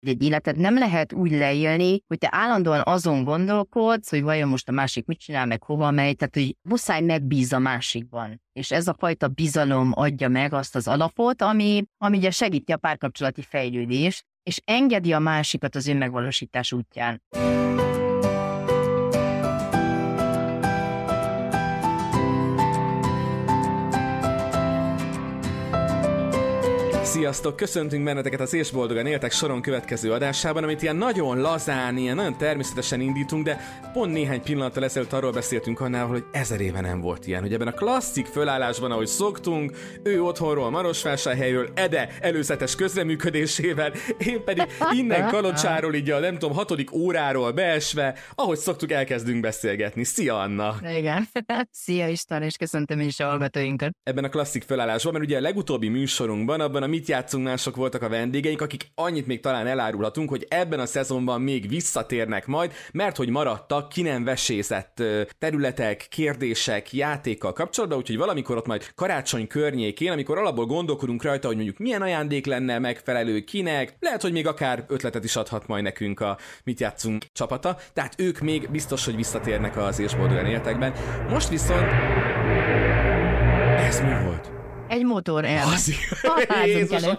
egy életet nem lehet úgy leélni, hogy te állandóan azon gondolkodsz, hogy vajon most a másik mit csinál, meg hova megy, tehát hogy muszáj megbíz a másikban. És ez a fajta bizalom adja meg azt az alapot, ami ugye segíti a párkapcsolati fejlődést, és engedi a másikat az önmegvalósítás útján. Sziasztok! Köszöntünk benneteket az És Boldogan Éltek soron következő adásában, amit ilyen nagyon lazán, ilyen nagyon természetesen indítunk, de pont néhány pillanattal ezelőtt arról beszéltünk annál, hogy 1000 éve nem volt ilyen, hogy ebben a klasszik fölállásban, ahogy szoktunk, ő otthonról, Marosvásárhelyről, Ede előzetes közreműködésével, én pedig innen Kalocsáról, így a nem tudom, 6. óráról beesve, ahogy szoktuk, elkezdünk beszélgetni. Szia, Anna! Igen. Szia István, és köszöntöm is a hallgatóinkat. Ebben a klasszik fölállásban, mert ugye a legutóbbi műsorunkban, abban a Mit játszunk mások voltak a vendégeink, akik annyit még talán elárulhatunk, hogy ebben a szezonban még visszatérnek majd, mert hogy maradtak ki nem vesészett területek, kérdések, játékkal kapcsolatban, úgyhogy valamikor ott majd karácsony környékén, amikor alapból gondolkodunk rajta, hogy mondjuk milyen ajándék lenne megfelelő kinek, lehet, hogy még akár ötletet is adhat majd nekünk a Mit játszunk csapata, tehát ők még biztos, hogy visszatérnek az És Boldogan Éltekben. Most viszont ez mi volt? Egy motor elment. Jézusom,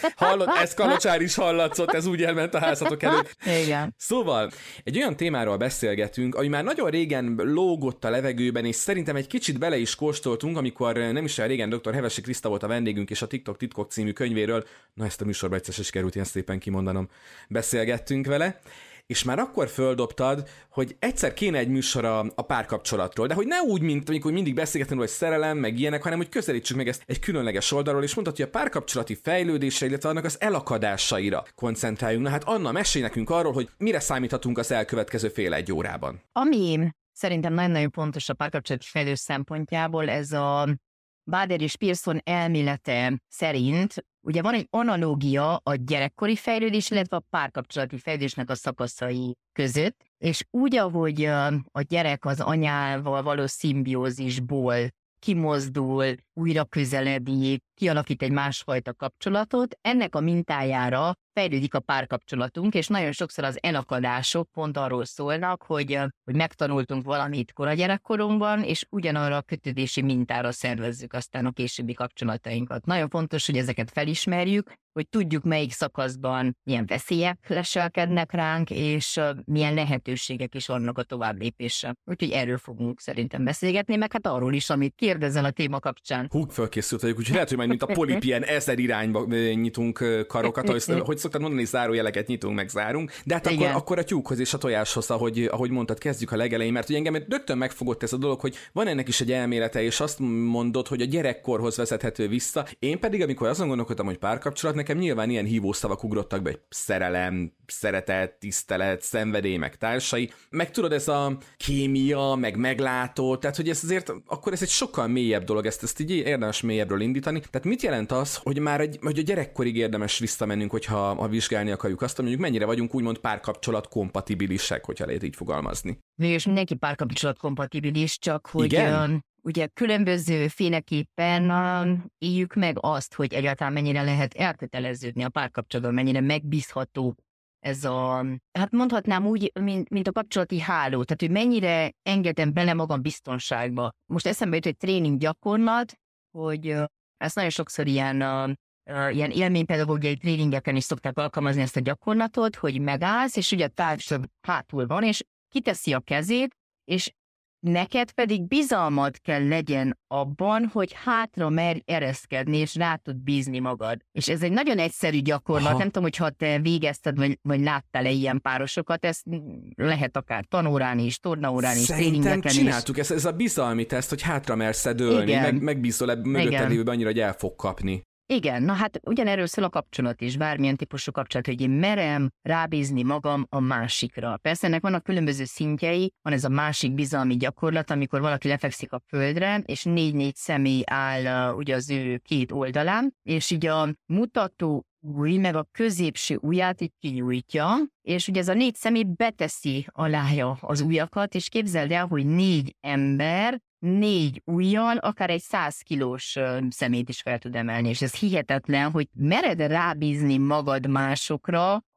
ez Kalocsár is hallatszott, ez úgy elment a házatok előtt. Igen. Szóval, egy olyan témáról beszélgetünk, ami már nagyon régen lógott a levegőben, és szerintem egy kicsit bele is kóstoltunk, amikor nem is olyan régen dr. Hevesi Kriszta volt a vendégünk, és a TikTok titkok című könyvéről, na ezt a műsorban egyszer is került ilyen szépen kimondanom, beszélgettünk vele. És már akkor földobtad, hogy egyszer kéne egy műsor a párkapcsolatról, de hogy ne úgy, mint amikor mindig beszélgetünk, hogy szerelem, meg ilyenek, hanem hogy közelítsük meg ezt egy különleges oldalról, és mondtad, hogy a párkapcsolati fejlődésre, illetve annak az elakadásaira koncentráljunk. Na hát Anna, mesélj nekünk arról, hogy mire számíthatunk az elkövetkező fél egy órában. Ami szerintem nagyon-nagyon fontos a párkapcsolati fejlődés szempontjából, ez a Bader és Pearson elmélete szerint, ugye van egy analógia a gyerekkori fejlődés, illetve a párkapcsolati fejlődésnek a szakaszai között, és úgy, ahogy a gyerek az anyával való szimbiózisból kimozdul, újra közeledik, kialakít egy másfajta kapcsolatot, ennek a mintájára fejlődik a párkapcsolatunk, és nagyon sokszor az elakadások pont arról szólnak, hogy megtanultunk valamit koragyerekkorunkban, és ugyanarra a kötődési mintára szervezzük aztán a későbbi kapcsolatainkat. Nagyon fontos, hogy ezeket felismerjük, hogy tudjuk, melyik szakaszban milyen veszélyek leselkednek ránk, és milyen lehetőségek is vannak a továbblépésre. Úgyhogy erről fogunk szerintem beszélgetni, meg hát arról is, amit kérdezel a téma kapcsán. Fölkészült vagyok, úgyhogy lehet, hogy majd mint a polip ilyen 1000 irányba nyitunk karokat, hogy szoktad mondani, zárójeleket nyitunk, meg zárunk, de hát akkor a tyúkhoz és a tojáshoz, ahogy mondtad, kezdjük a legelején, mert ugye engem rögtön megfogott ez a dolog, hogy van ennek is egy elmélete, és azt mondod, hogy a gyerekkorhoz vezethető vissza. Én pedig, amikor azon gondolkodtam, hogy párkapcsolat, nekem nyilván ilyen hívószavak ugrottak be, hogy szerelem, szeretet, tisztelet, szenvedély, meg társai, meg tudod, ez a kémia, meg meglátó, tehát hogy ez azért, akkor ez egy sokkal mélyebb dolog, ezt így érdemes mélyebbről indítani. Tehát mit jelent az, hogy már hogy a gyerekkorig érdemes visszamennünk, hogyha vizsgálni akarjuk azt, hogy mondjuk mennyire vagyunk úgymond párkapcsolat kompatibilisek, hogyha lehet így fogalmazni. És mindenki párkapcsolat kompatibilis, csak hogy ugye különböző féleképpen éljük meg azt, hogy egyáltalán mennyire lehet elköteleződni a párkapcsolatban, mennyire megbízható ez hát mondhatnám úgy, mint a kapcsolati háló, tehát hogy mennyire engedem bele magam biztonságba. Most eszembe jut egy tréning gyakorlat, hogy ezt nagyon sokszor ilyen élménypedagógiai tréningeken is szokták alkalmazni ezt a gyakorlatot, hogy megállsz, és ugye a társad hátul van, és kiteszi a kezét, és neked pedig bizalmad kell legyen abban, hogy hátra merj ereszkedni, és rá tud bízni magad. És ez egy nagyon egyszerű gyakorlat, nem tudom, hogyha te végezted, vagy láttál-e ilyen párosokat, ez lehet akár tanórán is, tornaórán is, tréningeken is. Szerintem csináltuk ez a bizalmi teszt, hogy hátra mersz dőlni, megbízol mögötted lévőben annyira, hogy el fog kapni. Igen, na hát ugyanerről szól a kapcsolat is, bármilyen típusú kapcsolat, hogy én merem rábízni magam a másikra. Persze ennek vannak különböző szintjei, van ez a másik bizalmi gyakorlat, amikor valaki lefekszik a földre, és 4-4 személy áll ugye az ő két oldalán, és így a mutató ujj, meg a középső ujját így kinyújtja, és ugye ez a 4 személy beteszi alája az ujjakat, és képzeld el, hogy 4 ember 4 ujjal akár egy 100 kilós szemét is fel tud emelni, és ez hihetetlen, hogy mered rábízni magad másokra,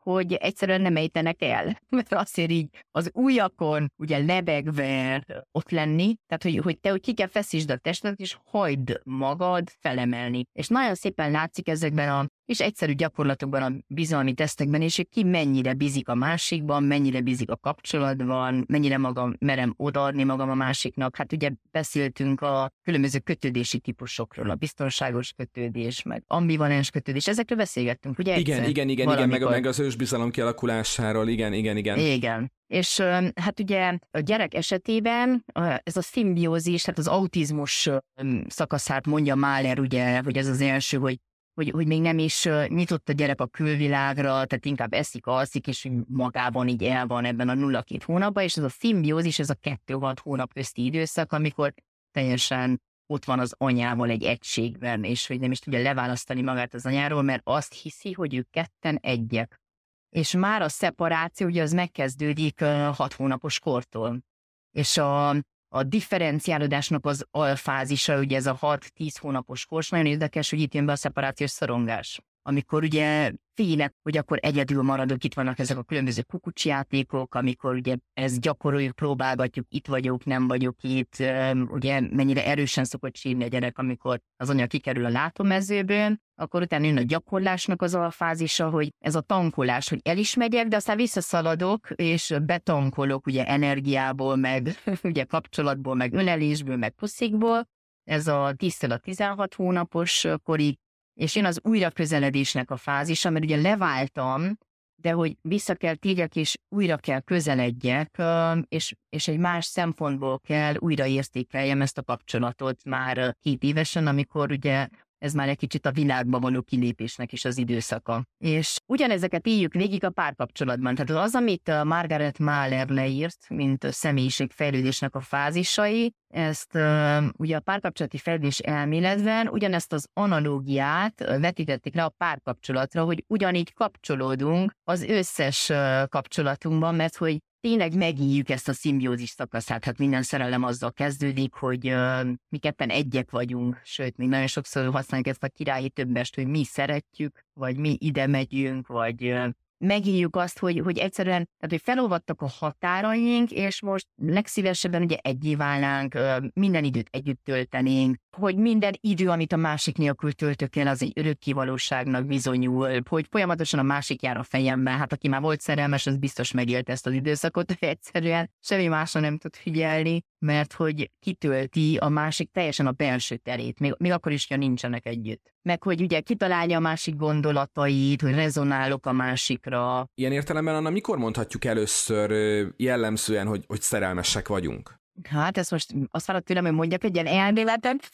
hogy egyszerűen nem ejtenek el. Mert azért így az ujjakon ugye lebegve ott lenni, tehát hogy te ki kell feszítsd a testet, és hagyd magad felemelni. És nagyon szépen látszik ezekben a és egyszerű gyakorlatokban, a bizalmi tesztekben, és ki mennyire bízik a másikban, mennyire bízik a kapcsolatban, mennyire merem odaadni magam a másiknak. Hát ugye beszéltünk a különböző kötődési típusokról, a biztonságos kötődés, meg ambivalens kötődés, ezekről beszélgettünk, ugye? Igen, meg az ősbizalom kialakulásáról, igen. Igen. És hát ugye a gyerek esetében ez a szimbiózis, tehát az autizmus szakaszát mondja Mahler, ugye, hogy ez az első, hogy még nem is nyitott a gyerek a külvilágra, tehát inkább eszik, alszik, és magában így el van ebben a 0-2 hónapban, és ez a szimbiózis, ez a 2-6 hónap közti időszak, amikor teljesen ott van az anyával egy egységben, és hogy nem is tudja leválasztani magát az anyáról, mert azt hiszi, hogy ők ketten egyek. És már a szeparáció, ugye az megkezdődik 6 hónapos kortól. És a differenciálódásnak az alfázisa, ugye ez a 6-10 hónapos kors, nagyon érdekes, hogy itt jön be a szeparációs szorongás. Amikor ugye félek, hogy akkor egyedül maradok, itt vannak ezek a különböző kukucsjátékok, amikor ugye ezt gyakoroljuk, próbálgatjuk, itt vagyok, nem vagyok itt, ugye mennyire erősen szokott sírni a gyerek, amikor az anya kikerül a látómezőből, akkor utána jön a gyakorlásnak az alfázisa, hogy ez a tankolás, hogy el is megyek, de aztán visszaszaladok, és betankolok ugye energiából, meg ugye kapcsolatból, meg ölelésből, meg puszikból, ez a 10-16 hónapos korig, és jön az újraközeledésnek a fázisa, mert ugye leváltam, de hogy vissza kell térjek, és újra kell közeledjek, és egy más szempontból kell újra értékeljem ezt a kapcsolatot már 2 évesen, amikor ugye ez már egy kicsit a világba való kilépésnek is az időszaka. És ugyanezeket éljük végig a párkapcsolatban. Tehát az, amit Margaret Mahler leírt, mint a személyiségfejlődésnek a fázisai, ezt ugye a párkapcsolati fejlődés elméletben ugyanezt az analógiát vetítették le a párkapcsolatra, hogy ugyanígy kapcsolódunk az összes kapcsolatunkban, mert hogy tényleg megéljük ezt a szimbiózis szakaszát, hát minden szerelem azzal kezdődik, hogy mi ketten egyek vagyunk, sőt, még nagyon sokszor használjuk ezt a királyi többest, hogy mi szeretjük, vagy mi ide megyünk, vagy megéljük azt, hogy egyszerűen, tehát hogy felolvadtak a határaink, és most legszívesebben ugye egyé válnánk, minden időt együtt töltenénk, hogy minden idő, amit a másik nélkül töltök el, az egy örökkévalóságnak bizonyul, hogy folyamatosan a másik jár a fejemben, hát aki már volt szerelmes, az biztos megélt ezt az időszakot, hogy egyszerűen semmi másra nem tud figyelni, mert hogy kitölti a másik teljesen a belső terét, még akkor is, ha nincsenek együtt. Meg hogy ugye kitalálja a másik gondolatait, hogy rezonálok a másikra. Ilyen értelemben, Anna, mikor mondhatjuk először jellemzően, hogy szerelmesek vagyunk? Hát ezt most azt várod tőlem, hogy mondjak egy ilyen elméletet?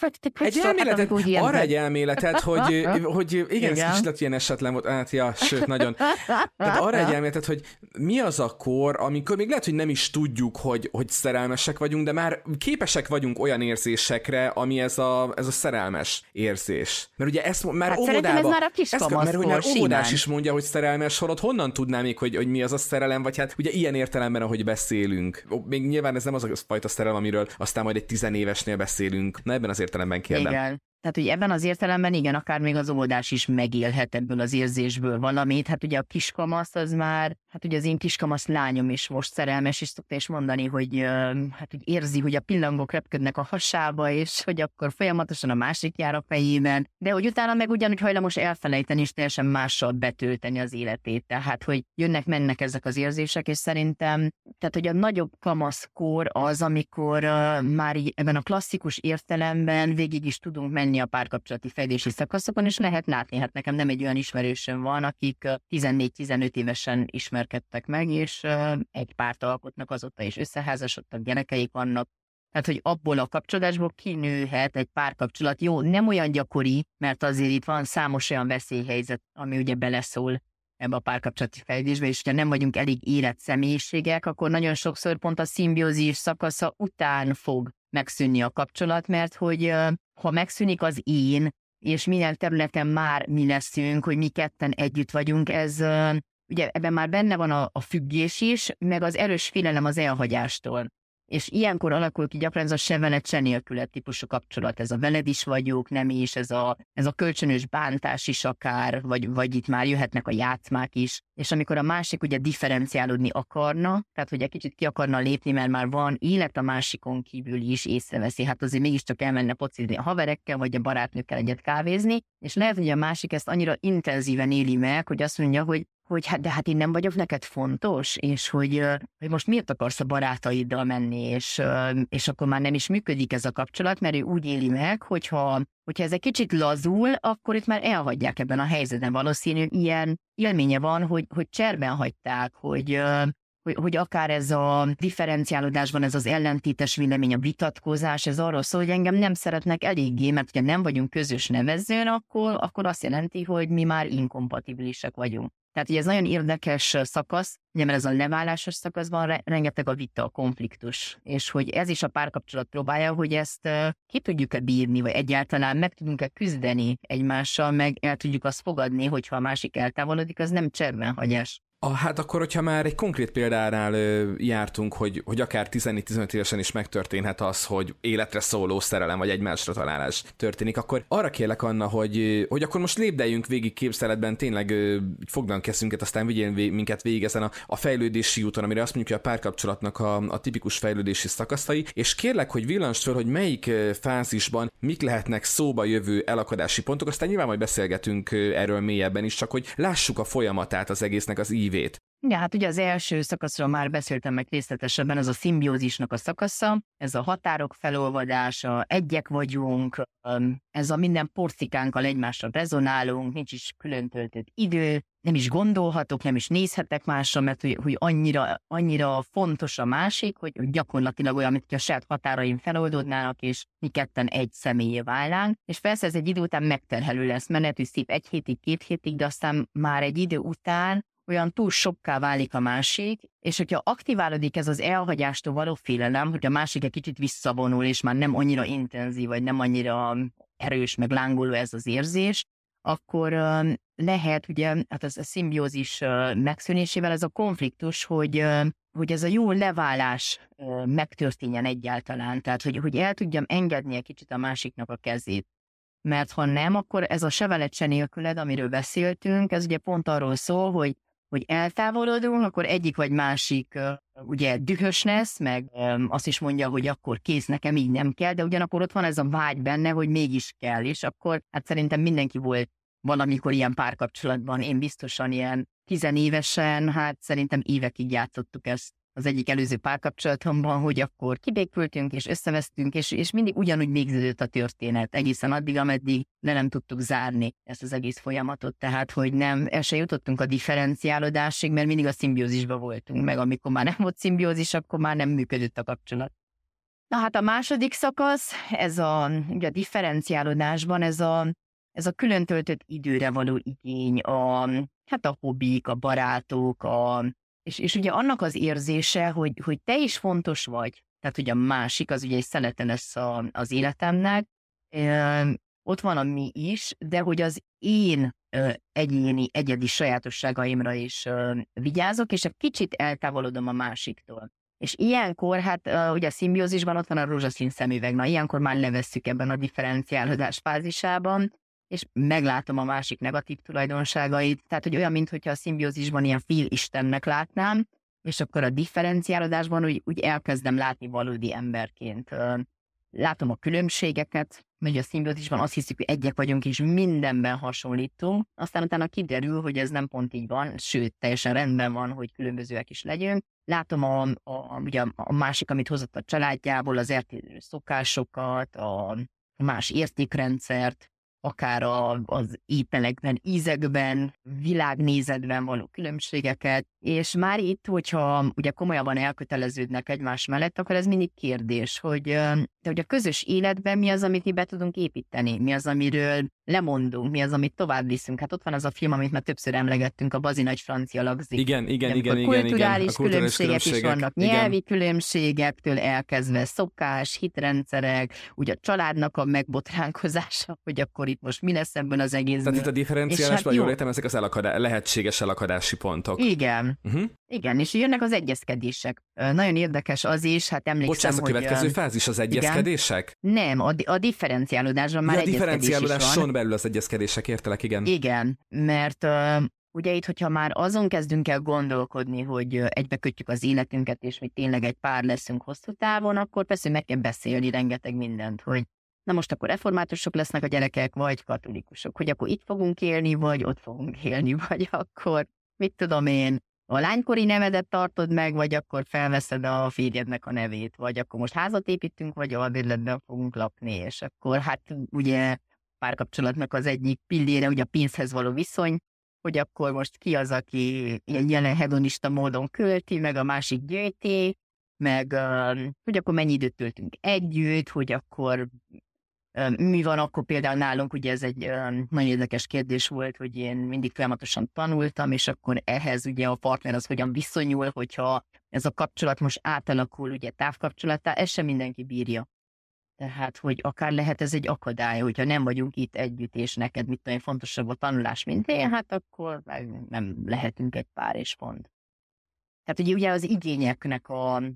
Arra egy elméletet, hogy igen, ez kicsit ilyen esetlen volt, sőt, nagyon. Tehát arra egy elméletet, hogy mi az a kor, amikor még lehet, hogy nem is tudjuk, hogy szerelmesek vagyunk, de már képesek vagyunk olyan érzésekre, ami ez a szerelmes érzés. Mert ugye ezt már óvodában... Mert hogy már óvodás is mondja, hogy szerelmes, holott honnan tudná még, hogy mi az a szerelem, vagy hát ugye ilyen értelemben, ahogy beszélünk. Még nyilván ez nem az a fajta szerelem, amiről aztán majd egy 10 évesnél beszélünk. Na ebben az értelemben kérdem. Igen. Tehát, hogy ebben az értelemben igen, akár még az óvodás is megélhet ebből az érzésből valamit. Hát ugye a kiskamasz az már, hát ugye az én kiskamasz lányom is most szerelmes, és szokta is mondani, hogy hát úgy érzi, hogy a pillangók repködnek a hasába, és hogy akkor folyamatosan a másik jár a fejében, de hogy utána meg ugyanúgy hajlamos elfelejteni, és teljesen mással betölteni az életét. Tehát, hogy jönnek-mennek ezek az érzések, és szerintem, tehát, hogy a nagyobb kamaszkor az, amikor már így ebben a klasszikus értelemben végig is tudunk menni a párkapcsolati fejlődési szakaszokon, és lehet látni, hát nekem nem egy olyan ismerősöm van, akik 14-15 évesen ismerkedtek meg, és egy párt alkotnak azóta, és összeházasodtak, gyerekeik vannak. Tehát, hogy abból a kapcsolódásból kinőhet egy párkapcsolat. Jó, nem olyan gyakori, mert azért itt van számos olyan veszélyhelyzet, ami ugye beleszól ebbe a párkapcsolati fejlődésbe, és ha nem vagyunk elég érett személyiségek, akkor nagyon sokszor pont a szimbiózis szakasza után fog megszűnni a kapcsolat, mert hogy ha megszűnik az én, és minden területen már mi leszünk, hogy mi ketten együtt vagyunk, ez ugye ebben már benne van a függés is, meg az erős félelem az elhagyástól. És ilyenkor alakul ki gyakran ez a se veled, se nélküled típusú kapcsolat, ez a veled is vagyok, nem is, ez a kölcsönös bántás is akár, vagy itt már jöhetnek a játszmák is, és amikor a másik ugye differenciálódni akarna, tehát hogy egy kicsit ki akarna lépni, mert már van élet a másikon kívül is észreveszi, hát azért mégiscsak elmenne focizni a haverekkel, vagy a barátnőkkel egyet kávézni, és lehet, hogy a másik ezt annyira intenzíven éli meg, hogy azt mondja, hogy de hát én nem vagyok neked fontos, és hogy most miért akarsz a barátaiddal menni, és akkor már nem is működik ez a kapcsolat, mert ő úgy éli meg, hogyha ez egy kicsit lazul, akkor itt már elhagyják ebben a helyzetben. Valószínű ilyen élménye van, hogy cserben hagyták, hogy akár ez a differenciálódásban, ez az ellentétes vélemény, a vitatkozás, ez arról szól, hogy engem nem szeretnek eléggé, mert ha nem vagyunk közös nevezőn, akkor azt jelenti, hogy mi már inkompatibilisek vagyunk. Tehát ugye ez nagyon érdekes szakasz, ugye, mert ez a leválásos szakaszban rengeteg a vita, a konfliktus, és hogy ez is a párkapcsolat próbálja, hogy ezt ki tudjuk-e bírni, vagy egyáltalán meg tudunk-e küzdeni egymással, meg el tudjuk azt fogadni, hogyha a másik eltávolodik, az nem cserbenhagyás. Hát akkor, hogyha már egy konkrét példánál jártunk, hogy akár 14-15 évesen is megtörténhet az, hogy életre szóló szerelem vagy egymásra találás történik, akkor arra kérlek, Anna, hogy akkor most lépdeljünk végig képzeletben, tényleg fogdan kezünket, aztán vigyél minket végig ezen a fejlődési úton, amire azt mondjuk, hogy a párkapcsolatnak a tipikus fejlődési szakaszai, és kérlek, hogy villansd föl, hogy melyik fázisban mik lehetnek szóba jövő elakadási pontok, aztán nyilván majd beszélgetünk erről mélyebben is, csak hogy lássuk a folyamatát az egésznek, az ívét. Ja, hát ugye az első szakaszról már beszéltem meg részletesebben, ez a szimbiózisnak a szakasza, ez a határok felolvadása, egyek vagyunk, ez a minden porcikánkkal egymásra rezonálunk, nincs is külön töltött idő, nem is gondolhatok, nem is nézhetek másra, mert hogy annyira fontos a másik, hogy gyakorlatilag olyan, mint hogy a saját határaim feloldódnának, és mi ketten egy személyé válnánk, és persze ez egy idő után megterhelő lesz, mert lehet, hogy szép 1 hétig, 2 hétig, de aztán már egy idő után olyan túl sokká válik a másik, és hogyha aktiválódik ez az elhagyástól való félelem, hogy a másik egy kicsit visszavonul, és már nem annyira intenzív, vagy nem annyira erős, meg lángoló ez az érzés, akkor lehet, ugye, hát ez a szimbiózis megszűnésével ez a konfliktus, hogy ez a jó leválás megtörténjen egyáltalán, tehát hogy el tudjam engedni egy kicsit a másiknak a kezét. Mert ha nem, akkor ez a se veled, se nélküled, amiről beszéltünk, ez ugye pont arról szól, hogy eltávolodunk, akkor egyik vagy másik ugye dühös lesz, meg azt is mondja, hogy akkor kész, nekem így nem kell, de ugyanakkor ott van ez a vágy benne, hogy mégis kell, és akkor hát szerintem mindenki volt valamikor ilyen párkapcsolatban, én biztosan ilyen 10 évesen, hát szerintem évekig játszottuk ezt az egyik előző párkapcsolatomban, hogy akkor kibékültünk és összevesztünk, és mindig ugyanúgy végződött a történet, egészen addig, ameddig nem tudtuk zárni ezt az egész folyamatot, tehát hogy nem, el se jutottunk a differenciálódásig, mert mindig a szimbiózisban voltunk, meg amikor már nem volt szimbiózis, akkor már nem működött a kapcsolat. Na hát a második szakasz, ugye a differenciálódásban ez a külön töltött időre való igény, a hobbik, a barátok, és ugye annak az érzése, hogy te is fontos vagy, tehát hogy a másik, az ugye egy szelete lesz az életemnek, ott van a mi is, de hogy az én egyedi sajátosságaimra is vigyázok, és egy kicsit eltávolodom a másiktól. És ilyenkor, hát ugye a szimbiózisban ott van a rózsaszín szemüveg, na ilyenkor már levesszük ebben a differenciálódás fázisában, és meglátom a másik negatív tulajdonságait, tehát hogy olyan, mintha a szimbiózisban ilyen félistennek látnám, és akkor a differenciálódásban úgy elkezdem látni valódi emberként. Látom a különbségeket, mert a szimbiózisban azt hiszük, hogy egyek vagyunk, és mindenben hasonlítunk, aztán utána kiderül, hogy ez nem pont így van, sőt, teljesen rendben van, hogy különbözőek is legyünk. Látom ugye a másik, amit hozott a családjából, az eltérő szokásokat, a más értékrendszert, akár az ételekben, ízekben, világnézetben való különbségeket, és már itt, hogyha ugye komolyabban elköteleződnek egymás mellett, akkor ez mindig kérdés, hogy a közös életben mi az, amit mi be tudunk építeni, mi az, amiről lemondunk, mi az, amit tovább viszünk. Hát ott van az a film, amit már többször emlegettünk, a Bazi nagy francia lagzik. Igen. Kulturális különbségek is vannak, nyelvi különbségektől elkezdve szokás, hitrendszerek, ugye a családnak a megbotránkozása, hogy akkor itt most mi lesz ebből az egészből. Tehát itt a differenciálásban, jól értem, ezek az lehetséges elakadási pontok. Igen. Igen. Igen, és jönnek az egyezkedések. Nagyon érdekes az is, hát emlékszem, hogy... Bocs, ez a következő fázis az egyezkedések? Igen? Nem, a differenciálódásban már egyezkedés is van. A differenciálódáson belül az egyezkedések, értelek, igen. Igen, mert ugye itt, hogyha már azon kezdünk el gondolkodni, hogy egybekötjük az életünket, és hogy tényleg egy pár leszünk hosszú távon, akkor persze meg kell beszélni rengeteg mindent, hogy na most akkor reformátusok lesznek a gyerekek, vagy katolikusok, hogy akkor itt fogunk élni, vagy ott fogunk élni, vagy akkor, mit tudom én, a lánykori nevedet tartod meg, vagy akkor felveszed a férjednek a nevét, vagy akkor most házat építünk, vagy albérletben fogunk lakni, és akkor hát ugye párkapcsolatnak az egyik pillére, ugye a pénzhez való viszony, hogy akkor most ki az, aki ilyen jelen hedonista módon költi, meg a másik gyűjti, meg hogy akkor mennyi időt töltünk együtt, hogy akkor mi van akkor például nálunk, ugye ez egy nagyon érdekes kérdés volt, hogy én mindig folyamatosan tanultam, és akkor ehhez ugye a partner az hogyan viszonyul, hogyha ez a kapcsolat most átalakul, ugye távkapcsolattá, ez sem mindenki bírja. Tehát, hogy akár lehet ez egy akadály, hogyha nem vagyunk itt együtt, és neked mit tudom, fontosabb a tanulás, mint én, hát akkor nem lehetünk egy pár és pont. Tehát ugye az igényeknek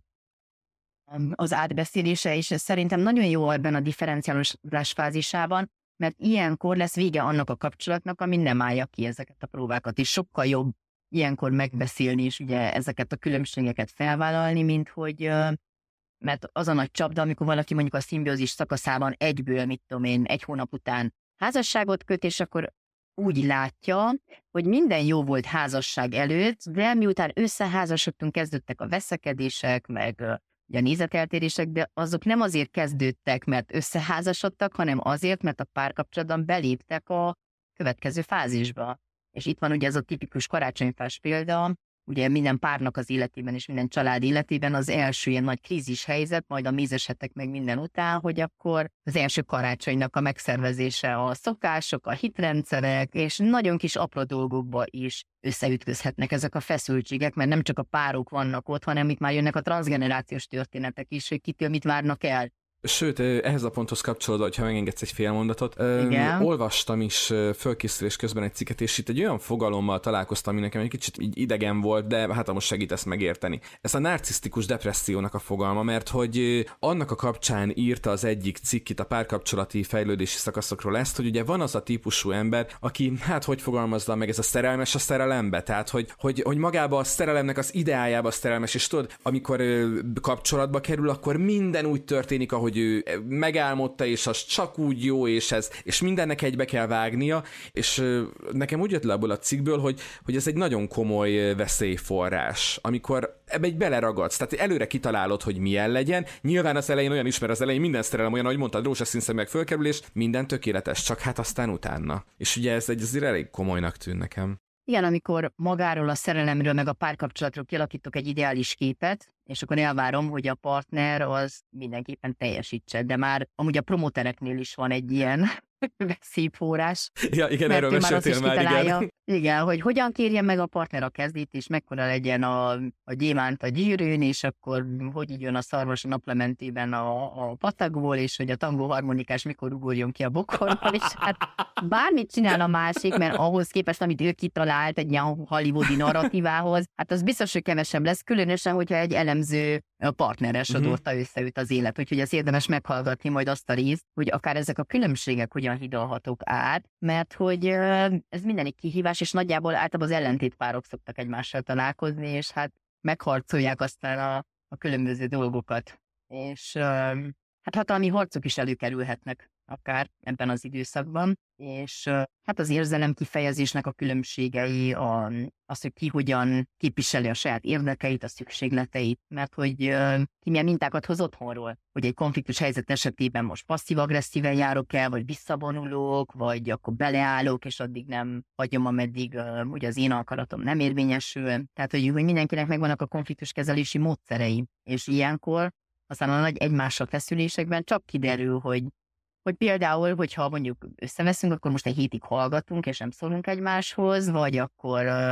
az átbeszélése, és ez szerintem nagyon jó ebben a differenciálás fázisában, mert ilyenkor lesz vége annak a kapcsolatnak, ami nem állja ki ezeket a próbákat, és sokkal jobb ilyenkor megbeszélni, és ugye ezeket a különbségeket felvállalni, mint hogy mert az a nagy csapda, amikor valaki mondjuk a szimbiózis szakaszában egyből, mit tudom én, 1 hónap után házasságot köt, és akkor úgy látja, hogy minden jó volt házasság előtt, de miután összeházasodtunk, kezdődtek a veszekedések, meg ugye a nézeteltérések, de azok nem azért kezdődtek, mert összeházasodtak, hanem azért, mert a párkapcsolatban beléptek a következő fázisba. És itt van ugye ez a tipikus karácsonyfás példa, ugye minden párnak az életében és minden család életében az első ilyen nagy krízis helyzet, majd a mézesetek meg minden után, hogy akkor az első karácsonynak a megszervezése, a szokások, a hitrendszerek, és nagyon kis apró dolgokba is összeütközhetnek ezek a feszültségek, mert nem csak a párok vannak ott, hanem itt már jönnek a transzgenerációs történetek is, hogy kitől mit várnak el. Sőt, ehhez a ponthoz kapcsolódva, ha megengedsz egy fél mondatot, olvastam is fölkészülés közben egy cikket, és itt egy olyan fogalommal találkoztam, ami nekem egy kicsit így idegen volt, de hát most segítesz megérteni. Ez a narcisztikus depressziónak a fogalma, mert hogy annak a kapcsán írta az egyik cikk itt a párkapcsolati fejlődési szakaszokról ezt, hogy ugye van az a típusú ember, aki, hát hogy fogalmazza meg, ez a szerelmes a szerelembe, tehát hogy magába a szerelemnek az ideájába szerelmes, és tudod, amikor kapcsolatba kerül, akkor minden úgy történik, ahogy ő megálmodta, és az csak úgy jó, és mindennek egybe kell vágnia, és nekem úgy jött le abból a cikkből, hogy ez egy nagyon komoly veszélyforrás, amikor ebbe egy beleragadsz, tehát előre kitalálod, hogy milyen legyen, nyilván az elején olyan is, mert az elején minden szerelem olyan, ahogy mondtad, rózsaszín szemüveg fölkerülés, minden tökéletes, csak hát aztán utána. És ugye ez azért elég komolynak tűn nekem. Igen, amikor magáról a szerelemről, meg a párkapcsolatról kialakítok egy ideális képet, és akkor elvárom, hogy a partner az mindenképpen teljesítse, de már amúgy a promotereknél is van egy ilyen veszélyforrás. Ja, igen, erről meséltél már, igen. Igen, hogy hogyan kérjen meg a partner a kezdét, és mekkora legyen a gyémánt a gyűrűn, és akkor hogy jön a szarvas a naplementében a patagból, és hogy a tangóharmonikás mikor ugorjon ki a bokorból, és hát bármit csinál a másik, mert ahhoz képest, amit ő kitalált egy ilyen hollywoodi narratívához, hát az biztos, hogy kevesebb lesz, különösen, hogyha egy elemző partneres adódta összeüt az élet, úgyhogy ez érdemes meghallgatni majd azt a részt, hogy akár ezek a különbségek hogyan hidalhatók át, mert hogy ez mindenik kihívás, és nagyjából általában az ellentétpárok szoktak egymással találkozni, és hát megharcolják aztán a különböző dolgokat. És hát hatalmi harcok is előkerülhetnek akár ebben az időszakban, és hát az érzelem kifejezésnek a különbségei, az, hogy ki hogyan képviseli a saját érdekeit, a szükségleteit, mert hogy ki milyen mintákat hoz otthonról, hogy egy konfliktus helyzet esetében most passzív-agresszíven járok el, vagy visszavonulok, vagy akkor beleállok, és addig nem hagyom, ameddig ugye az én akaratom nem érvényesül. Tehát, hogy mindenkinek megvannak a konfliktuskezelési módszerei, és ilyenkor aztán a nagy egymással feszülésekben csak kiderül, hogy például, hogyha mondjuk összeveszünk, akkor most egy hétig hallgatunk, és nem szólunk egymáshoz, vagy akkor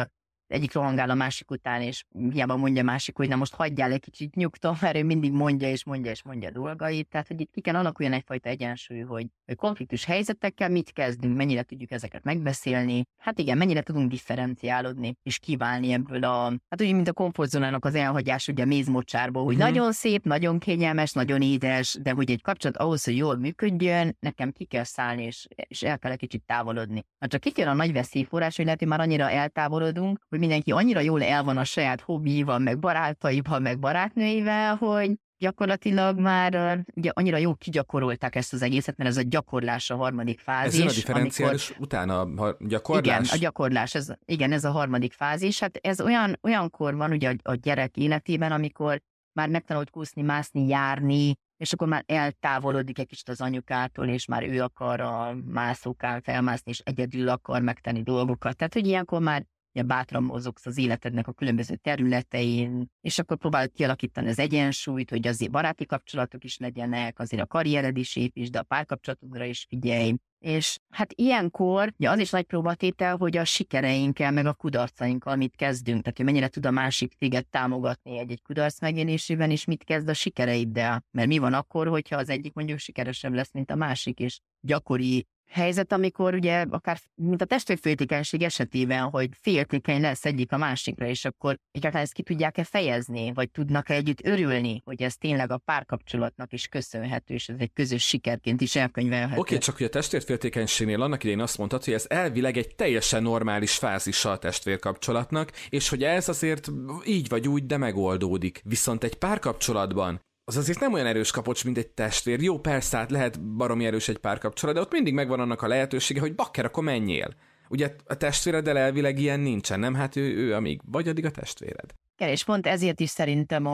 egyik rohangál a másik után, és hiába mondja a másik, hogy na most hagyjál egy kicsit nyugton, mert ő mindig mondja a dolgait. Tehát, hogy itt ki kell alakuljon egyfajta egyensúly, hogy konfliktus helyzetekkel mit kezdünk, mennyire tudjuk ezeket megbeszélni. Hát igen, mennyire tudunk differenciálódni, és kiválni ebből hát úgy, mint a komfortzónának az elhagyás, ugye a mézmocsárból, hogy nagyon szép, nagyon kényelmes, nagyon édes, de hogy egy kapcsolat ahhoz, hogy jól működjön, nekem ki kell szállni, és el kell egy kicsit távolodni. Ha csak itt jön a nagy veszélyforrás, hogy lehet, hogy már annyira eltávolodunk, hogy mindenki annyira jól el van a saját hobbiival, meg barátaival, meg barátnőivel, hogy gyakorlatilag már ugye annyira jól kigyakorolták ezt az egészet, mert ez a gyakorlás a harmadik fázis. Ez a differenciális utána a gyakorlás? Igen, a gyakorlás, ez a harmadik fázis. Hát ez olyankor van ugye a gyerek életében, amikor már megtanult kúszni, mászni, járni, és akkor már eltávolodik egy kicsit az anyukától, és már ő akar a mászókán felmászni, és egyedül akar megtenni dolgokat. Tehát, hogy ilyenkor már bátran mozogsz az életednek a különböző területein, és akkor próbálod kialakítani az egyensúlyt, hogy azért baráti kapcsolatok is legyenek, azért a karriered is építsd, de a párkapcsolatodra is figyelj. És hát ilyenkor ugye az is nagy próbatétel, hogy a sikereinkkel, meg a kudarcainkkal mit kezdünk, tehát hogy mennyire tud a másik téged támogatni egy kudarc megélésében, és mit kezd a sikereiddel. Mert mi van akkor, hogyha az egyik mondjuk sikeresebb lesz, mint a másik, és gyakori helyzet, amikor ugye akár, mint a testvérféltékenység esetében, hogy féltékeny lesz egyik a másikra, és akkor egyáltalán ezt ki tudják-e fejezni, vagy tudnak-e együtt örülni, hogy ez tényleg a párkapcsolatnak is köszönhető, és ez egy közös sikerként is elkönyvelhető. Oké, csak hogy a testvérféltékenységnél annak idején azt mondtad, hogy ez elvileg egy teljesen normális fázisa a testvérkapcsolatnak, és hogy ez azért így vagy úgy, de megoldódik. Viszont egy párkapcsolatban az azért nem olyan erős kapocs, mint egy testvér. Jó, persze, hát lehet baromi erős egy párkapcsolat, de ott mindig megvan annak a lehetősége, hogy bakker, akkor menjél. Ugye a testvéreddel elvileg ilyen nincsen, nem? Hát ő amíg vagy, addig a testvéred. Igen, és pont ezért is szerintem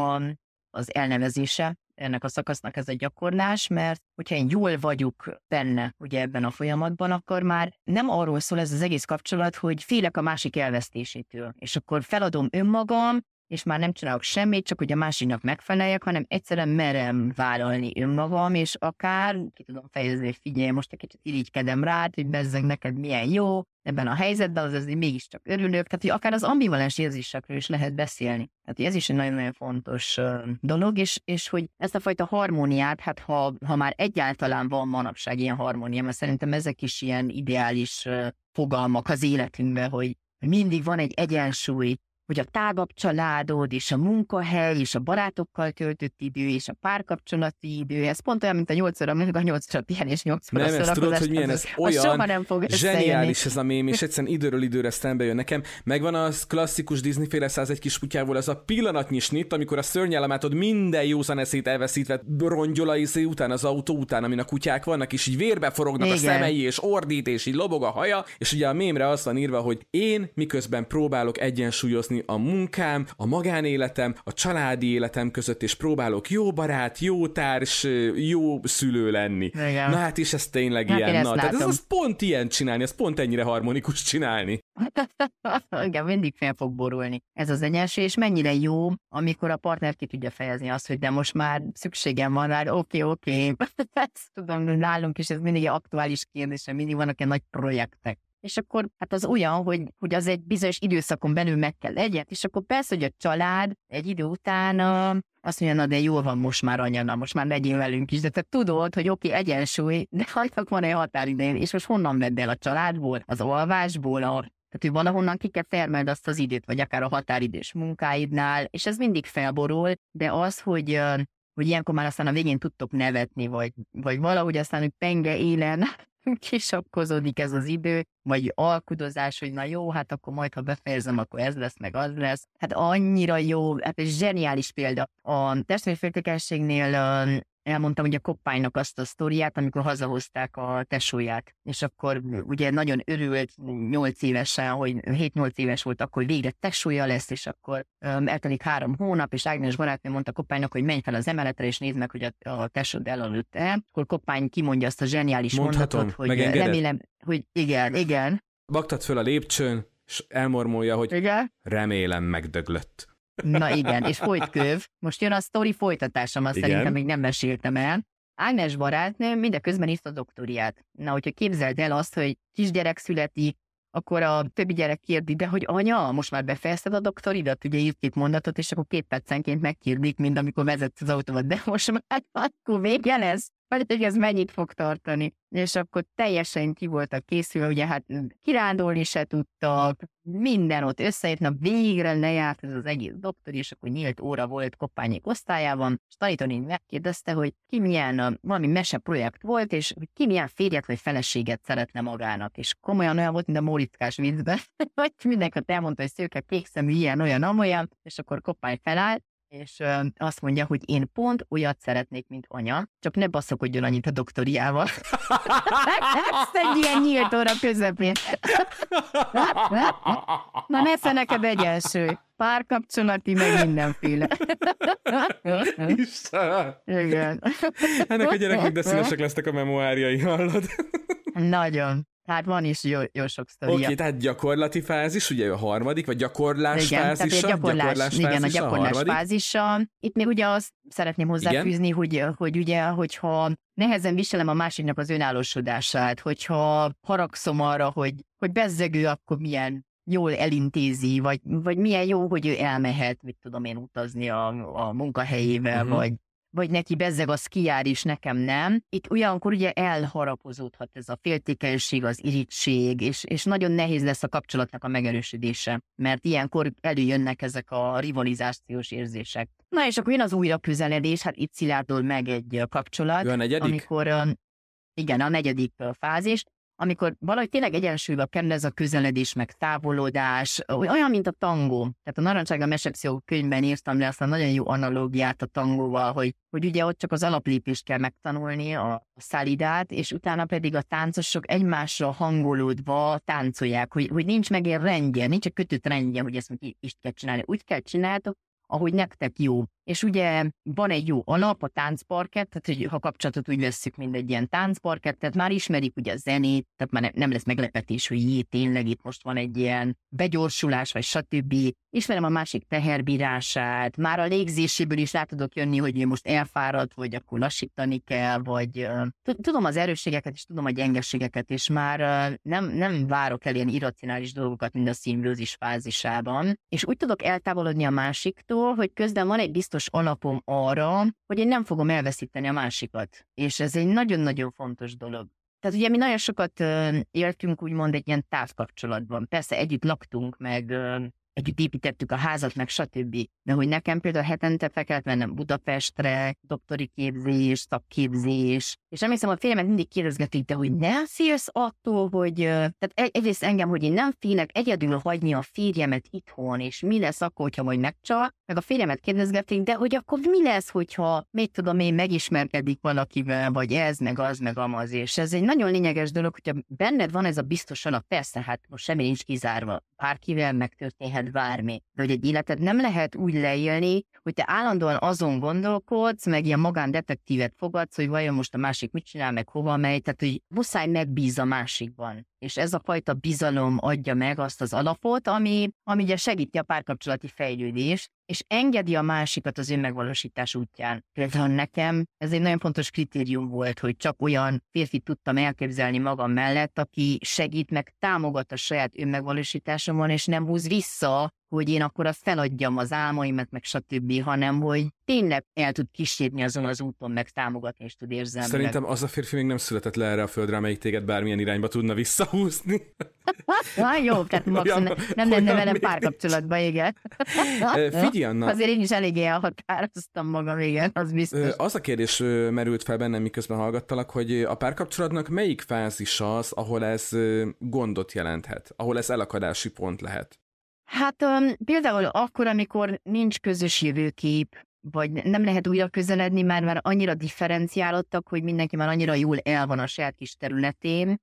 az elnevezése ennek a szakasznak ez a gyakorlás, mert hogyha én jól vagyok benne ugye ebben a folyamatban, akkor már nem arról szól ez az egész kapcsolat, hogy félek a másik elvesztésétől, és akkor feladom önmagam, és már nem csinálok semmit, csak hogy a másiknak megfeleljek, hanem egyszerűen merem vállalni önmagam, és akár ki tudom fejezni, hogy figyelj, most egy kicsit irigykedem rád, hogy bezzeg neked milyen jó ebben a helyzetben, az azért mégiscsak örülök, tehát hogy akár az ambivalens érzésekről is lehet beszélni. Tehát ez is egy nagyon-nagyon fontos dolog, és hogy ezt a fajta harmóniát, hát ha már egyáltalán van manapság ilyen harmónia, mert szerintem ezek is ilyen ideális fogalmak az életünkben, hogy mindig van egy egyensúly, hogy a tágabb családod, és a munkahely, és a barátokkal töltött idő, és a párkapcsolati idő, ez pont olyan, mint a 8 óra, még a 8 óra pihenés, 8 óra nem, ezt tudod, hogy milyen, ez olyan zseniális ez a mém, és egyszerűen időről időre szembe jön nekem. Megvan az klasszikus Disney-féle 101 kis kutyával, ez a pillanatnyi snitt, amikor a szörnyelemátod minden józan eszét elveszítve rongyol után az autó után, amin a kutyák vannak, és így vérbe forognak a szemei, és ordít, és így lobog a haja, és ugye a mémre azt van írva, hogy én miközben próbálok egyensúlyozni a munkám, a magánéletem, a családi életem között, és próbálok jó barát, jó társ, jó szülő lenni. Igen. Na hát és ez tényleg ilyen. Na, tehát ez pont ilyen csinálni, ez pont ennyire harmonikus csinálni. Igen, mindig fel fog borulni. Ez az egyensúly, és mennyire jó, amikor a partner ki tudja fejezni azt, hogy de most már szükségem van rá, oké. Ezt tudom, nálunk is ez mindig aktuális kérdés, mindig vannak ilyen nagy projektek. És akkor hát az olyan, hogy az egy bizonyos időszakon belül meg kell legyen, és akkor persze, hogy a család egy idő után azt mondja, na de jól van most már anya, na most már legyél velünk is, de te tudod, hogy oké, egyensúly, de annak van egy határideje, és most honnan vedd el a családból, az alvásból, tehát hogy valahonnan ki kell termeld azt az időt, vagy akár a határidős munkáidnál, és ez mindig felborul, de az, hogy ilyenkor már aztán a végén tudtok nevetni, vagy valahogy aztán, hogy penge élen kisapkozódik ez az idő, vagy alkudozás, hogy na jó, hát akkor majd, ha befejezem, akkor ez lesz, meg az lesz. Hát annyira jó, hát ez zseniális példa. A testvérféltékenységnél elmondtam ugye Koppánynak azt a sztoriát, amikor hazahozták a tesóját, és akkor ugye nagyon örült 8 évesen, hogy 7-8 éves volt, akkor végre tesója lesz, és akkor eltelik 3 hónap, és Ágnes barátnő mondta Koppánynak, hogy menj fel az emeletre, és nézd meg, hogy a tesód elaludt-e. Akkor Koppány kimondja azt a zseniális mondatot, hogy remélem, hogy igen. Bagtad föl a lépcsőn, és elmormolja, hogy igen? Remélem megdöglött. Na igen, és folyt köv. Most jön a sztori folytatása, azt szerintem még nem meséltem el. Ágnes barátnő mindeközben írt a doktoriát. Na, hogyha képzeld el azt, hogy kisgyerek születik, akkor a többi gyerek kérdi, de hogy anya, most már befejezted a doktoridat? Ugye írt 2 mondatot, és akkor 2 percenként megkérdik, mint amikor vezetsz az autóval, de most már akkor vége lesz? Vagy hogy ez mennyit fog tartani? És akkor teljesen ki voltak készülve, ugye hát kirándulni se tudtak, minden ott összejött, na végre lejárt ez az egész doktor, és akkor nyílt óra volt Koppányék osztályában, és tanítónéni megkérdezte, hogy ki milyen, valami meseprojekt volt, és hogy ki milyen férjet vagy feleséget szeretne magának. És komolyan olyan volt, mint a Móriczkás viccben, hogy mindenki elmondta, hogy szőke, kékszemű, ilyen, olyan, amolyan, és akkor Koppány felállt, és azt mondja, hogy én pont olyat szeretnék, mint anya, csak ne basszakodjon annyit a doktoriával. Ezt egy ilyen nyílt óra közepén. Na, messze neked egyensúly. Párkapcsolati, meg mindenféle. Igen. Ennek a gyerekek de szívesek lesznek a memoárjai, hallod? Nagyon. Hát van is jó sok sztoria. Oké, tehát gyakorlati fázis, ugye a harmadik, vagy gyakorlás igen, fázisa? Igen, a gyakorlás fázisa. Itt még ugye azt szeretném hozzáfűzni, hogy ugye, hogyha nehezen viselem a másiknak az önállósodását, hogyha haragszom arra, hogy bezzegő, akkor milyen jól elintézi, vagy milyen jó, hogy ő elmehet, mit tudom én, utazni a munkahelyével, vagy neki bezzeg az kijár is, nekem nem. Itt olyankor ugye elharapozódhat ez a féltékenység, az irigység, és nagyon nehéz lesz a kapcsolatnak a megerősödése, mert ilyenkor előjönnek ezek a rivalizációs érzések. Na és akkor jön az újra közeledés, hát itt szilárdul meg egy kapcsolat. A negyedik? Amikor, igen, a negyedik fázis, amikor valahogy tényleg egyensúlyba kerül ez a közeledés, meg távolodás, olyan, mint a tangó. Tehát a Narancssárga Mesepszichó könyvben írtam le azt a nagyon jó analógiát a tangóval, hogy ugye ott csak az alaplépést kell megtanulni, a szálidát, és utána pedig a táncosok egymásra hangolódva táncolják, hogy nincs meg egy rendje, nincs egy kötött rendje, hogy ezt így kell csinálni. Úgy kell csináltok, ahogy nektek jó. És ugye van egy jó alap, a táncparkett, tehát hogy ha kapcsolatot úgy vesszük, mint egy ilyen táncparkett, tehát már ismerik ugye a zenét, tehát már nem lesz meglepetés, hogy tényleg itt most van egy ilyen begyorsulás, vagy stb. Ismerem a másik teherbírását, már a légzéséből is rá tudok jönni, hogy ő most elfáradt, vagy akkor lassítani kell, vagy tudom az erősségeket, és tudom a gyengeségeket, és már nem várok el ilyen irracionális dolgokat, mint a szimbiózis fázisában, és úgy tudok eltávolodni a másiktól, hogy közben van egy biztos alapom arra, hogy én nem fogom elveszíteni a másikat. És ez egy nagyon-nagyon fontos dolog. Tehát ugye mi nagyon sokat éltünk úgymond egy ilyen távkapcsolatban. Persze együtt laktunk, meg együtt építettük a házat, meg stb. De hogy nekem például hetente fel kellett mennem Budapestre, doktori képzés, szakképzés, és emlékszem, a férjemet mindig kérdezgetik, de hogy nem félsz attól, hogy... Tehát egyrészt engem, hogy én nem félek egyedül hagyni a férjemet itthon, és mi lesz akkor, hogyha majd megcsal, meg a férjemet kérdezgetik, de hogy akkor mi lesz, hogyha, mit tudom én, megismerkedik valakivel, vagy ez, meg az, meg amaz, és ez egy nagyon lényeges dolog, hogyha benned van ez a biztos alap, persze, hát most semmi nincs kizárva, bárkivel megtörténhet bármi, de hogy egy életed nem lehet úgy leélni, hogy te állandóan azon gondolkodsz, meg ilyen magándetektívet fogadsz, hogy vajon most a másik mit csinál, meg hova megy, tehát hogy muszáj megbíz a másikban. És ez a fajta bizalom adja meg azt az alapot, ami ugye segíti a párkapcsolati fejlődést, és engedi a másikat az önmegvalósítás útján. Például nekem ez egy nagyon fontos kritérium volt, hogy csak olyan férfit tudtam elképzelni magam mellett, aki segít meg támogat a saját önmegvalósításomon, és nem húz vissza, hogy én akkor azt feladjam az álmaimat, meg stb., hanem hogy tényleg el tud kísérni azon az úton, meg támogatni, és tud érzelmi. Szerintem az a férfi még nem született le erre a földre, amelyik téged bármilyen irányba tudna visszahúzni. Jó, tehát nem lenne velem párkapcsolatban, igen. Figyelj, Anna. Azért én is eléggé elhatároztam magam, igen, az biztos. Az a kérdés merült fel bennem, miközben hallgattalak, hogy a párkapcsolatnak melyik fázis az, ahol ez gondot jelenthet, ahol ez elakadási pont lehet? Hát például akkor, amikor nincs közös jövőkép, vagy nem lehet újra közeledni, már annyira differenciálódtak, hogy mindenki már annyira jól el van a saját kis területén,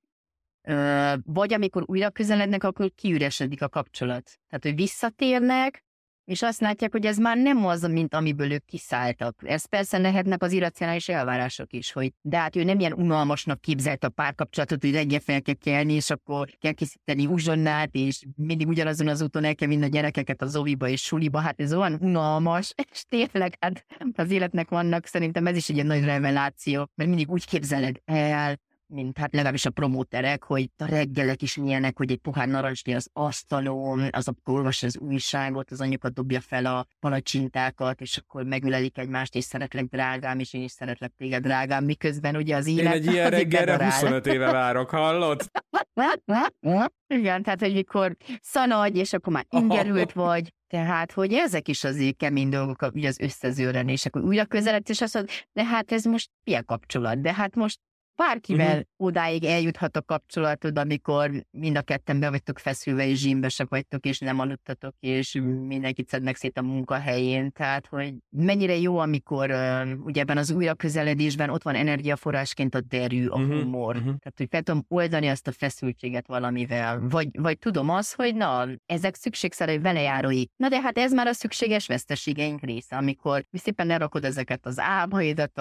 vagy amikor újra közelednek, akkor kiüresedik a kapcsolat. Tehát, hogy visszatérnek, és azt látják, hogy ez már nem az, mint amiből ők kiszálltak. Ez persze lehetnek az irracionális elvárások is, hogy de hát ő nem ilyen unalmasnak képzelt a párkapcsolatot, hogy reggel fel kell kelni, és akkor kell készíteni uzsonnát, és mindig ugyanazon az úton el kell vinni a gyerekeket az oviba és suliba. Hát ez olyan unalmas, és tényleg hát az életnek vannak, szerintem ez is egy nagy reveláció, mert mindig úgy képzeled el, mint hát legalábbis a promóterek, hogy a reggelek is milyenek, hogy egy pohár narancsné az asztalon, az akkor olvas az újságot, az anyuka dobja fel a palacsintákat, és akkor megülelik egymást, és szeretlek drágám, és én is szeretlek téged drágám, miközben ugye az élet... Én egy ilyen reggelre 25 éve várok, hallod? Igen, tehát hogy mikor szanagy, és akkor már ingerült vagy, tehát, hogy ezek is azért kemény dolgok, ugye az összezőrenés, akkor újra közelett, és azt mondod, de hát ez most milyen kapcsolat, de hát most bárkivel odáig eljuthat a kapcsolatod, amikor mind a ketten be vagytok feszülve, és zsímbesek vagytok, és nem aludtatok, és mindenkit szednek szét a munkahelyén. Tehát, hogy mennyire jó, amikor ugye ebben az újraközeledésben ott van energiaforrásként a derű, a humor. Tehát, hogy fel tudom oldani azt a feszültséget valamivel. Vagy tudom azt, hogy na, ezek szükségszerű velejárói. Na de hát ez már a szükséges veszteségeink része, amikor szépen lerakod ezeket az álmaidat,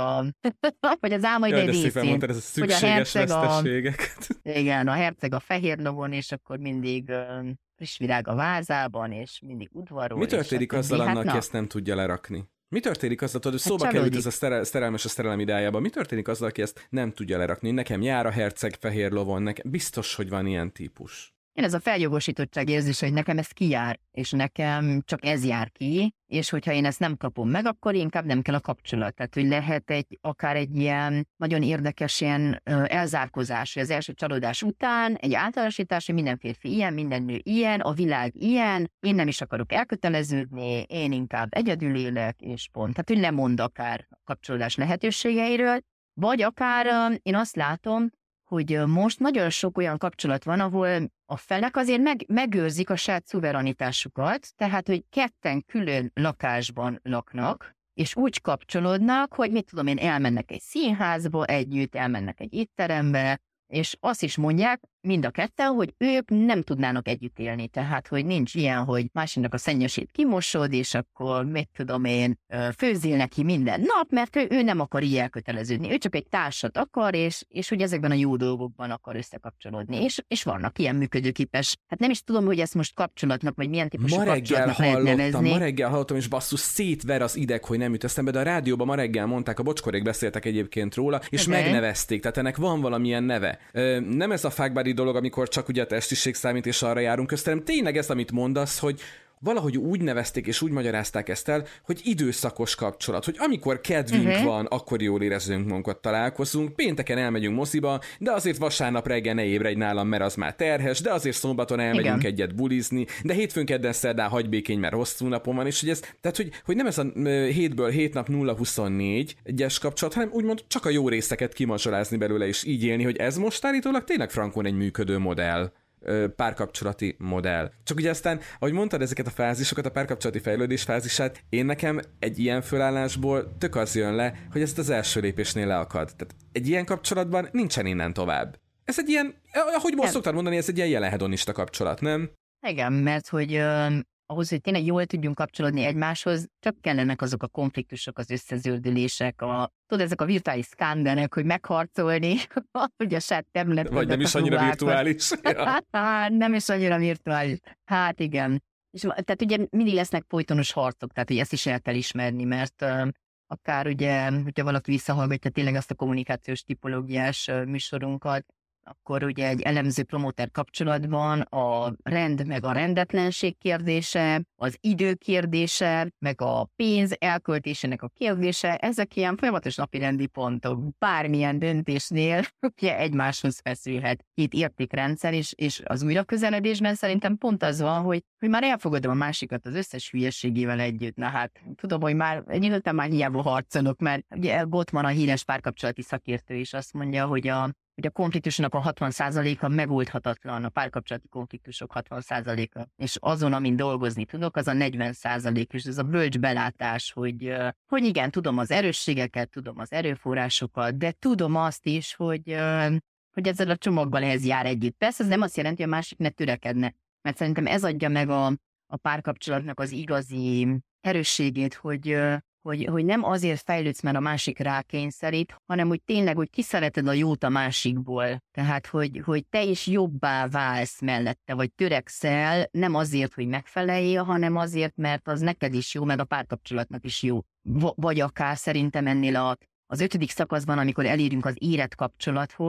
vagy az álmaid egy részén. Szükséges veszteségeket. Igen, a herceg a fehér lovon, és akkor mindig friss virág a vázában, és mindig udvarol. Mi történik azzal annak, aki ezt nem tudja lerakni? Mi történik azzal, hogy szóba került ez a szerelmes a szerelem idájában, mi történik azzal, aki ezt nem tudja lerakni? Nekem jár a herceg fehér lovon, nekem biztos, hogy van ilyen típus. Én ez a feljogosítottság érzés, hogy nekem ez kijár, és nekem csak ez jár ki, és hogyha én ezt nem kapom meg, akkor inkább nem kell a kapcsolat. Tehát, hogy lehet akár egy ilyen nagyon érdekes ilyen elzárkozás, hogy az első csalódás után egy általánosítás, hogy minden férfi ilyen, minden nő ilyen, a világ ilyen, én nem is akarok elköteleződni, én inkább egyedül élek, és pont. Tehát, hogy lemond akár a kapcsolódás lehetőségeiről, vagy akár én azt látom, hogy most nagyon sok olyan kapcsolat van, ahol a felek azért megőrzik a saját szuverenitásukat, tehát, hogy ketten külön lakásban laknak, és úgy kapcsolódnak, hogy mit tudom én, elmennek egy színházba együtt, elmennek egy étterembe, és azt is mondják mind a ketten, hogy ők nem tudnának együtt élni, tehát, hogy nincs ilyen, hogy másiknak a szennyesét kimosod, és akkor mit tudom én, főzzél neki minden nap, mert ő nem akar így elköteleződni, ő csak egy társat akar, és hogy ezekben a jó dolgokban akar összekapcsolódni, és vannak ilyen működőképes. Hát nem is tudom, hogy ezt most kapcsolatnak, vagy milyen típusú kapcsolatnak lehet nevezni. Ma reggel hallottam, és basszus, szétver az ideg, hogy nem jut eszembe, de a rádióban ma reggel mondták, a bocskorék beszéltek egyébként róla, és megnevezték, tehát ennek van valamilyen neve. Nem ez a fákbári dolog, amikor csak ugye a testiség számít, és arra járunk köztem, tényleg ez, amit mondasz, hogy valahogy úgy nevezték és úgy magyarázták ezt el, hogy időszakos kapcsolat, hogy amikor kedvünk van, akkor jól érezzünk magunkat, találkozunk, pénteken elmegyünk moziba, de azért vasárnap reggel ne ébredj nálam, mert az már terhes, de azért szombaton elmegyünk egyet bulizni, de hétfőn, kedden, szerdán hagyj békény, mert hosszú napon van, és hogy ez, tehát hogy nem ez a hétből 7 nap 0-24 egyes kapcsolat, hanem úgymond csak a jó részeket kimazsolázni belőle, és így élni, hogy ez most állítólag tényleg frankon egy működő modell. Párkapcsolati modell. Csak ugye aztán, ahogy mondtad ezeket a fázisokat, a párkapcsolati fejlődés fázisát, én nekem egy ilyen fölállásból tök az jön le, hogy ezt az első lépésnél leakad. Tehát egy ilyen kapcsolatban nincsen innen tovább. Ez egy ilyen, ahogy most szoktad mondani, ez egy ilyen jelen hedonista kapcsolat, nem? Igen, mert hogy ahhoz, hogy tényleg jól tudjunk kapcsolódni egymáshoz, csak kellenek azok a konfliktusok, az összezördülések, tudod, ezek a virtuális szkánderek, hogy megharcolni, hogy a saját területben. Vagy nem is annyira virtuális. Nem is annyira virtuális. Hát igen. És, tehát ugye mindig lesznek folytonos harcok, tehát hogy ezt is el kell ismerni, mert akár ugye, hogyha valaki visszahallgatja tényleg azt a kommunikációs tipológiás műsorunkat, akkor ugye egy elemző promóter kapcsolatban a rend meg a rendetlenség kérdése, az idő kérdése, meg a pénz elköltésének a kérdése, ezek ilyen folyamatos napirendi pontok, bármilyen döntésnél ugye egymáshoz feszülhet két értékrendszer, és az újraközeledésben szerintem pont az van, hogy már elfogadom a másikat az összes hülyeségével együtt. Na hát, tudom, hogy már egy időben már hiába harcolok, mert ugye Gottman a híres párkapcsolati szakértő is azt mondja, hogy a konfliktusnak a 60%-a megoldhatatlan, a párkapcsolati konfliktusok 60%-a. És azon, amin dolgozni tudok, az a 40%, és ez a bölcs belátás, hogy igen, tudom az erősségeket, tudom az erőforrásokat, de tudom azt is, hogy ezzel a csomaggal ez jár együtt. Persze ez nem azt jelenti, hogy a másik ne törekedne, mert szerintem ez adja meg a párkapcsolatnak az igazi erősségét, hogy nem azért fejlődsz, mert a másik rákényszerít, hanem hogy tényleg, hogy kiszereted a jót a másikból. Tehát, hogy te is jobbá válsz mellette, vagy törekszel, nem azért, hogy megfeleljél, hanem azért, mert az neked is jó, mert a párkapcsolatnak is jó. Vagy akár szerintem ennél az 5. szakaszban, amikor elérünk az érett kapcsolathoz,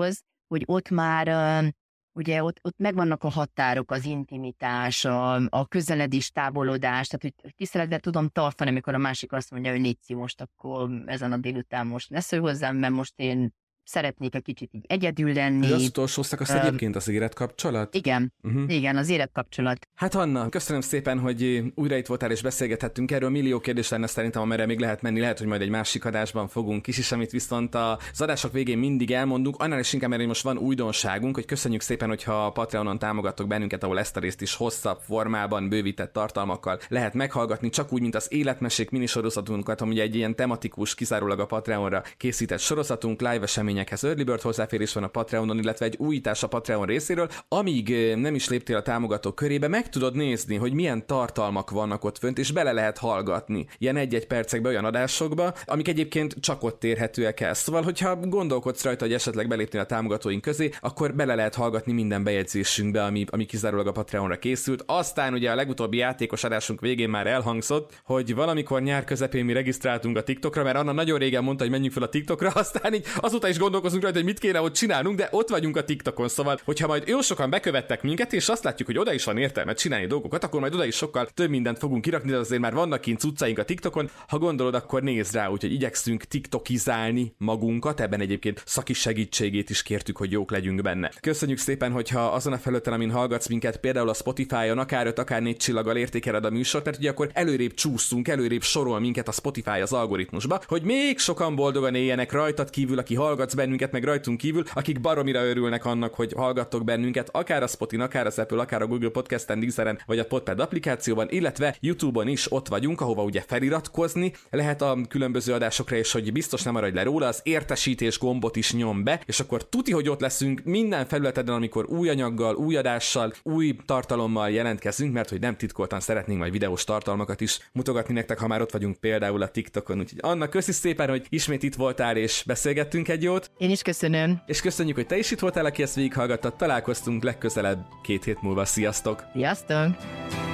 hogy ott már ugye ott megvannak a határok, az intimitás, a közeledés, távolodás, tehát hogy tiszteletben tudom tartani, amikor a másik azt mondja, hogy légy most akkor ezen a délután most ne szólj hozzám, mert most én szeretnék egy kicsit így egyedül lenni. Az utolsó szakasz egyébként az életkapcsolat? Igen, igen, az életkapcsolat. Hát Anna, köszönöm szépen, hogy újra itt voltál és beszélgethettünk erről. Millió kérdés lenne szerintem, amerre még lehet menni, lehet, hogy majd egy másik adásban fogunk is, amit viszont az adások végén mindig elmondunk. Annál is inkább, mert most van újdonságunk, hogy köszönjük szépen, hogyha a Patreonon támogattok bennünket, ahol ezt a részt is hosszabb formában, bővített tartalmakkal lehet meghallgatni, csak úgy, mint az életmesék minisorozatunkat, ami egy ilyen tematikus, kizárólag a Patreonra készített sorozatunk, live eseményekhez early bird hozzáférés van a Patreonon, illetve egy újítás a Patreon részéről. Amíg nem is léptél a támogatók körébe, meg tudod nézni, hogy milyen tartalmak vannak ott fönt, és bele lehet hallgatni ilyen 1-1 percekbe olyan adásokba, amik egyébként csak ott érhetőek el. Szóval, hogyha gondolkodsz rajta, hogy esetleg belépnél a támogatóink közé, akkor bele lehet hallgatni minden bejegyzésünkbe, ami kizárólag a Patreonra készült. Aztán ugye a legutóbbi játékos adásunk végén már elhangzott, hogy valamikor nyár közepén mi regisztráltunk a TikTokra, mert Anna nagyon régen mondta, hogy menjünk fel a TikTokra, aztán így azóta is gondolkozunk rajta, hogy mit kéne ott csinálnunk, de ott vagyunk a TikTokon. Szóval, hogyha majd jó sokan bekövettek minket, és azt látjuk, hogy oda is van értelme csinálni dolgokat, akkor majd oda is sokkal több mindent fogunk kirakni, de azért már vannak kint cuccaink a TikTokon. Ha gondolod, akkor nézd rá, úgyhogy igyekszünk tiktokizálni magunkat, ebben egyébként szaki segítségét is kértük, hogy jók legyünk benne. Köszönjük szépen, hogyha azon a felületen, amin hallgatsz minket, például a Spotify-on akár 5, akár 4 csillaggal értékeled a műsort, mert ugye akkor előrébb csúszunk, előrébb sorol minket a Spotify az algoritmusba, hogy még sokan boldogan éljenek rajtad kívül, aki hallgatsz bennünket, meg rajtunk kívül, akik baromira örülnek annak, hogy hallgattok bennünket, akár a Spotify, akár az Apple, akár a Google Podcasten, Deezeren, vagy a Podpad applikációban, illetve YouTube-on is ott vagyunk, ahova ugye feliratkozni lehet a különböző adásokra, és hogy biztos nem maradj le róla, az értesítés gombot is nyom be, és akkor tuti, hogy ott leszünk minden felületeden, amikor új anyaggal, új adással, új tartalommal jelentkezünk, mert hogy nem titkoltan szeretnénk majd videós tartalmakat is mutogatni nektek, ha már ott vagyunk például a TikTokon. Úgyhogy Anna, köszi szépen, hogy ismét itt voltál és beszélgettünk egy jót. Én is köszönöm. És köszönjük, hogy te is itt voltál, aki ezt végighallgattad. Találkoztunk legközelebb 2 hét múlva. Sziasztok! Sziasztok!